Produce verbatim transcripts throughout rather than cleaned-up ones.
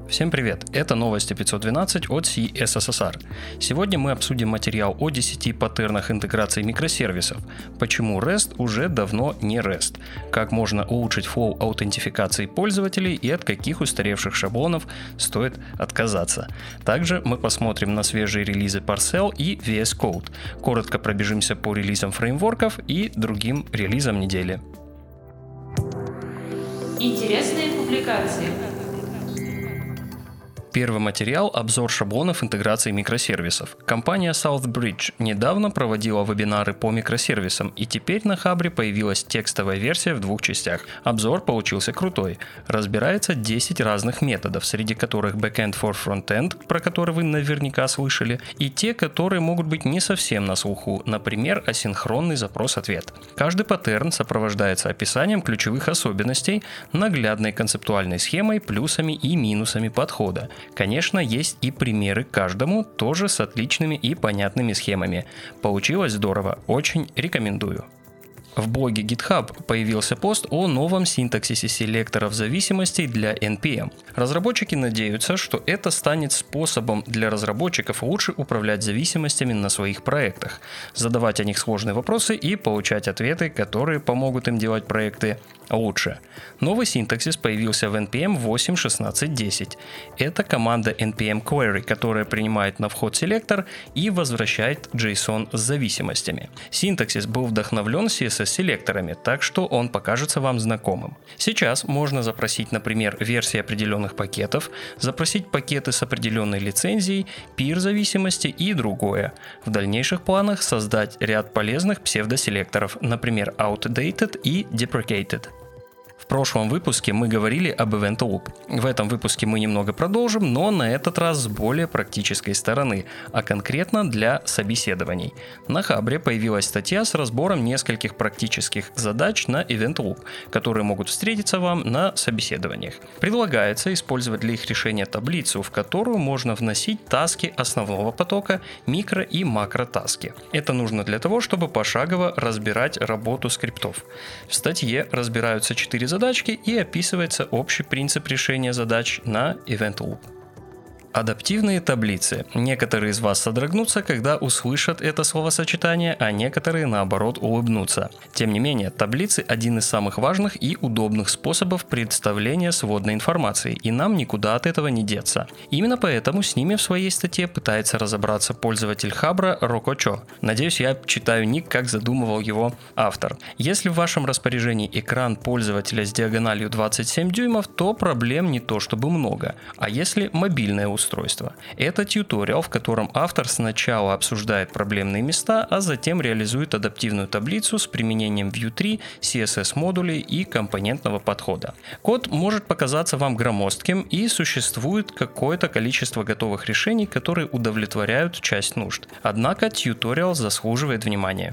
Всем привет, это новости пятьсот двенадцать от си эс эс эс ар. Сегодня мы обсудим материал о десяти паттернах интеграции микросервисов, почему REST уже давно не REST, как можно улучшить флоу аутентификации пользователей и от каких устаревших шаблонов стоит отказаться. Также мы посмотрим на свежие релизы Parcel и ви эс Code, коротко пробежимся по релизам фреймворков и другим релизам недели. Интересные публикации. Первый материал – обзор шаблонов интеграции микросервисов. Компания Southbridge недавно проводила вебинары по микросервисам, и теперь на Хабре появилась текстовая версия в двух частях. Обзор получился крутой. Разбирается десять разных методов, среди которых Backend for Frontend, про который вы наверняка слышали, и те, которые могут быть не совсем на слуху, например, асинхронный запрос-ответ. Каждый паттерн сопровождается описанием ключевых особенностей, наглядной концептуальной схемой, плюсами и минусами подхода. Конечно, есть и примеры к каждому, тоже с отличными и понятными схемами. Получилось здорово, очень рекомендую. В блоге GitHub появился пост о новом синтаксисе селекторов зависимостей для эн пи эм. Разработчики надеются, что это станет способом для разработчиков лучше управлять зависимостями на своих проектах, задавать о них сложные вопросы и получать ответы, которые помогут им делать проекты лучше. Новый синтаксис появился в эн пи эм восемь точка шестнадцать точка десять. Это команда эн пи эм Query, которая принимает на вход селектор и возвращает JSON с зависимостями. Синтаксис был вдохновлен си эс эс-селекторами, так что он покажется вам знакомым. Сейчас можно запросить, например, версии определенных пакетов, запросить пакеты с определенной лицензией, peer-зависимости и другое. В дальнейших планах создать ряд полезных псевдоселекторов, например, outdated и deprecated. В прошлом выпуске мы говорили об Event Loop. В этом выпуске мы немного продолжим, но на этот раз с более практической стороны, а конкретно для собеседований. На Хабре появилась статья с разбором нескольких практических задач на Event Loop, которые могут встретиться вам на собеседованиях. Предлагается использовать для их решения таблицу, в которую можно вносить таски основного потока, микро- и макротаски. Это нужно для того, чтобы пошагово разбирать работу скриптов. В статье разбираются четыре задачи, задачки и описывается общий принцип решения задач на Event Loop. Адаптивные таблицы. Некоторые из вас содрогнутся, когда услышат это словосочетание, а некоторые, наоборот, улыбнутся. Тем не менее, таблицы – один из самых важных и удобных способов представления сводной информации, и нам никуда от этого не деться. Именно поэтому с ними в своей статье пытается разобраться пользователь Хабра Рокочо. Надеюсь, я читаю ник, как задумывал его автор. Если в вашем распоряжении экран пользователя с диагональю двадцать семь дюймов, то проблем не то чтобы много. А если мобильное устройство? Устройства. Это тьюториал, в котором автор сначала обсуждает проблемные места, а затем реализует адаптивную таблицу с применением Vue три, си эс эс-модулей и компонентного подхода. Код может показаться вам громоздким, и существует какое-то количество готовых решений, которые удовлетворяют часть нужд. Однако тьюториал заслуживает внимания.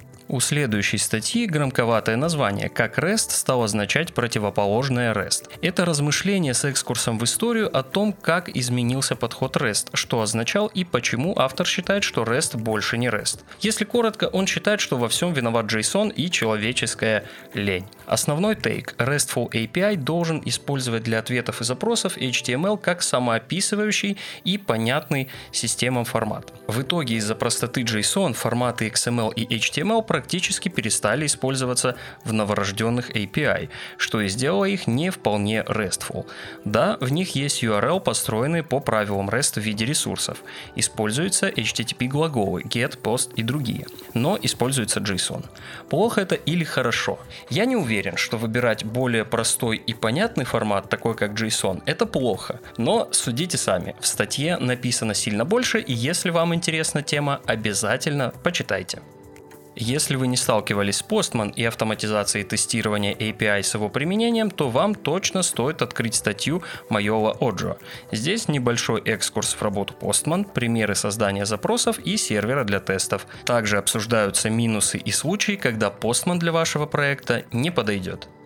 У следующей статьи громковатое название «Как REST стал означать противоположное REST». Это размышление с экскурсом в историю о том, как изменился подход REST, что означал и почему автор считает, что REST больше не REST. Если коротко, он считает, что во всем виноват JSON и человеческая лень. Основной тейк – RESTful эй пи ай должен использовать для ответов и запросов эйч ти эм эл как самоописывающий и понятный системам формат. В итоге из-за простоты JSON форматы икс эм эл и эйч ти эм эл практически перестали использоваться в новорожденных эй пи ай, что и сделало их не вполне RESTful. Да, в них есть ю ар эл, построенные по правилам REST в виде ресурсов. Используются эйч ти ти пи глаголы, get, post и другие. Но используется JSON. Плохо это или хорошо? Я не уверен, что выбирать более простой и понятный формат, такой как JSON, это плохо. Но судите сами. В статье написано сильно больше, и если вам интересна тема, обязательно почитайте. Если вы не сталкивались с Postman и автоматизацией тестирования эй пи ай с его применением, то вам точно стоит открыть статью Майола Оджо. Здесь небольшой экскурс в работу Postman, примеры создания запросов и сервера для тестов. Также обсуждаются минусы и случаи, когда Postman для вашего проекта не подойдет.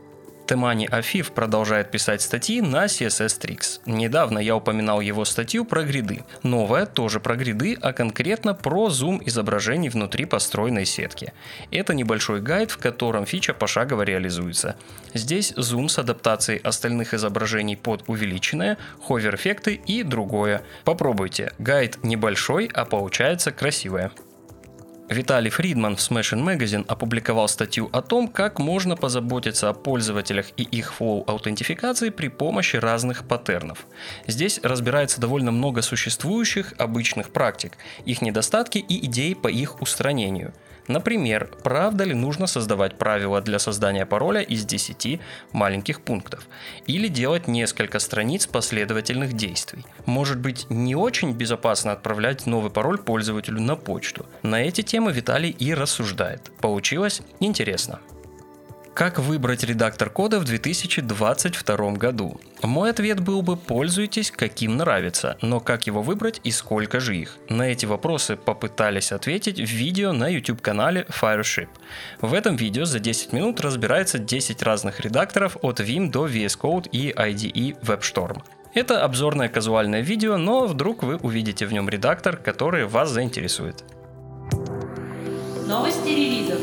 Темани Афиф продолжает писать статьи на си эс эс Tricks. Недавно я упоминал его статью про гриды. Новая тоже про гриды, а конкретно про зум изображений внутри построенной сетки. Это небольшой гайд, в котором фича пошагово реализуется. Здесь зум с адаптацией остальных изображений под увеличенное, ховер-эффекты и другое. Попробуйте. Гайд небольшой, а получается красивое. Виталий Фридман в Smashing Magazine опубликовал статью о том, как можно позаботиться о пользователях и их флоу-аутентификации при помощи разных паттернов. Здесь разбирается довольно много существующих обычных практик, их недостатки и идей по их устранению. Например, правда ли нужно создавать правила для создания пароля из десяти маленьких пунктов? Или делать несколько страниц последовательных действий? Может быть, не очень безопасно отправлять новый пароль пользователю на почту? На эти темы Виталий и рассуждает. Получилось интересно. Как выбрать редактор кода в две тысячи двадцать втором году? Мой ответ был бы: пользуйтесь каким нравится, но как его выбрать и сколько же их? На эти вопросы попытались ответить в видео на YouTube-канале Fireship. В этом видео за десять минут разбирается десять разных редакторов от Vim до ви эс Code и ай ди и WebStorm. Это обзорное казуальное видео, но вдруг вы увидите в нем редактор, который вас заинтересует. Новости релизов.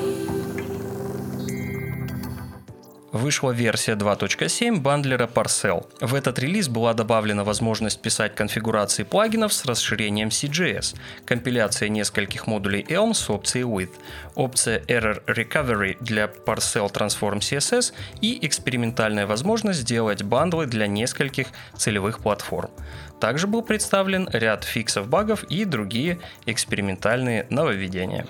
Вышла версия два точка семь бандлера Parcel. В этот релиз была добавлена возможность писать конфигурации плагинов с расширением си джей эс, компиляция нескольких модулей Elm с опцией With, опция Error Recovery для Parcel Transform си эс эс и экспериментальная возможность сделать бандлы для нескольких целевых платформ. Также был представлен ряд фиксов багов и другие экспериментальные нововведения.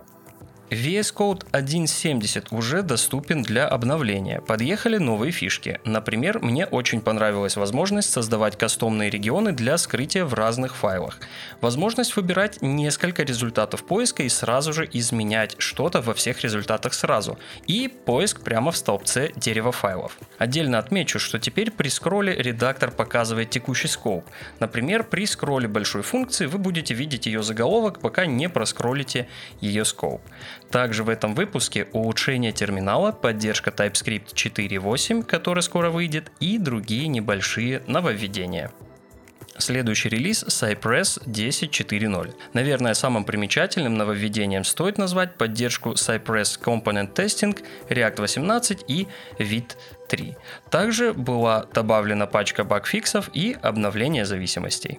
ви эс Code один точка семьдесят уже доступен для обновления. Подъехали новые фишки. Например, мне очень понравилась возможность создавать кастомные регионы для скрытия в разных файлах. Возможность выбирать несколько результатов поиска и сразу же изменять что-то во всех результатах сразу. И поиск прямо в столбце дерева файлов. Отдельно отмечу, что теперь при скролле редактор показывает текущий скоуп. Например, при скролле большой функции вы будете видеть ее заголовок, пока не проскроллите ее скоуп. Также в этом выпуске улучшение терминала, поддержка TypeScript четыре точка восемь, который скоро выйдет, и другие небольшие нововведения. Следующий релиз Cypress десять точка четыре точка ноль. Наверное, самым примечательным нововведением стоит назвать поддержку Cypress Component Testing, React восемнадцать и вид три. Также была добавлена пачка багфиксов и обновление зависимостей.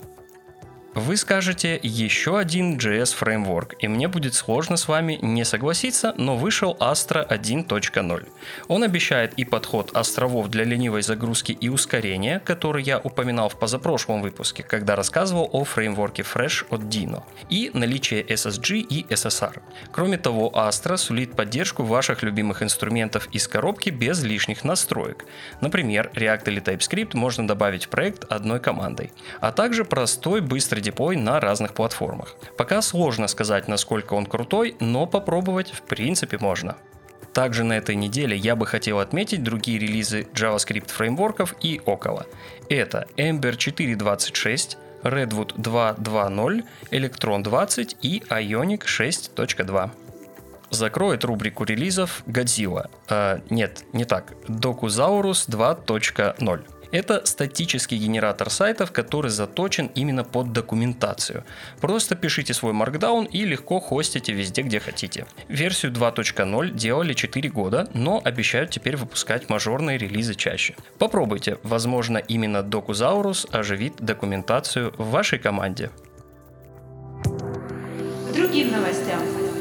Вы скажете: еще один джей эс фреймворк, и мне будет сложно с вами не согласиться, но вышел Astra один точка ноль. Он обещает и подход островов для ленивой загрузки и ускорения, который я упоминал в позапрошлом выпуске, когда рассказывал о фреймворке Fresh от Dino, и наличие эс эс джи и эс эс ар. Кроме того, Astra сулит поддержку ваших любимых инструментов из коробки без лишних настроек. Например, React или TypeScript можно добавить в проект одной командой, а также простой быстрый деплой на разных платформах. Пока сложно сказать, насколько он крутой, но попробовать в принципе можно. Также на этой неделе я бы хотел отметить другие релизы JavaScript фреймворков и около. Это Ember четыре точка двадцать шесть, Redwood два точка два точка ноль, Electron двадцать и Ionic шесть точка два. Закроет рубрику релизов Godzilla. Э, нет, не так. Docusaurus два точка ноль. Это статический генератор сайтов, который заточен именно под документацию. Просто пишите свой Markdown и легко хостите везде, где хотите. Версию два точка ноль делали четыре года, но обещают теперь выпускать мажорные релизы чаще. Попробуйте, возможно, именно Docusaurus оживит документацию в вашей команде. К другим новостям.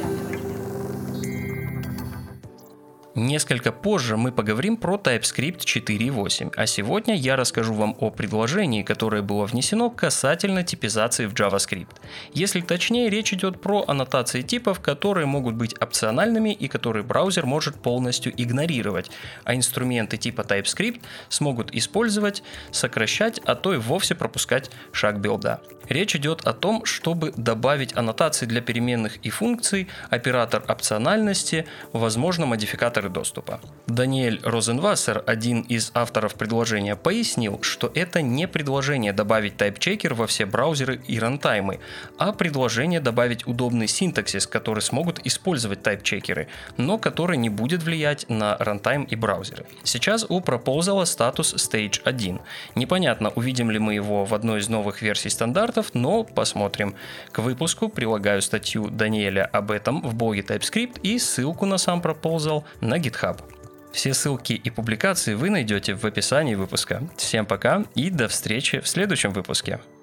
Несколько позже мы поговорим про TypeScript четыре точка восемь, а сегодня я расскажу вам о предложении, которое было внесено касательно типизации в JavaScript. Если точнее, речь идет про аннотации типов, которые могут быть опциональными и которые браузер может полностью игнорировать, а инструменты типа TypeScript смогут использовать, сокращать, а то и вовсе пропускать шаг билда. Речь идет о том, чтобы добавить аннотации для переменных и функций, оператор опциональности, возможно, модификатор идентификаторы доступа. Даниэль Розенвассер, один из авторов предложения, пояснил, что это не предложение добавить тайпчекер во все браузеры и рантаймы, а предложение добавить удобный синтаксис, который смогут использовать тайпчекеры, но который не будет влиять на рантайм и браузеры. Сейчас у Proposal статус Stage один. Непонятно, увидим ли мы его в одной из новых версий стандартов, но посмотрим. К выпуску прилагаю статью Даниэля об этом в блоге TypeScript и ссылку на сам Proposal на GitHub. Все ссылки и публикации вы найдете в описании выпуска. Всем пока и до встречи в следующем выпуске.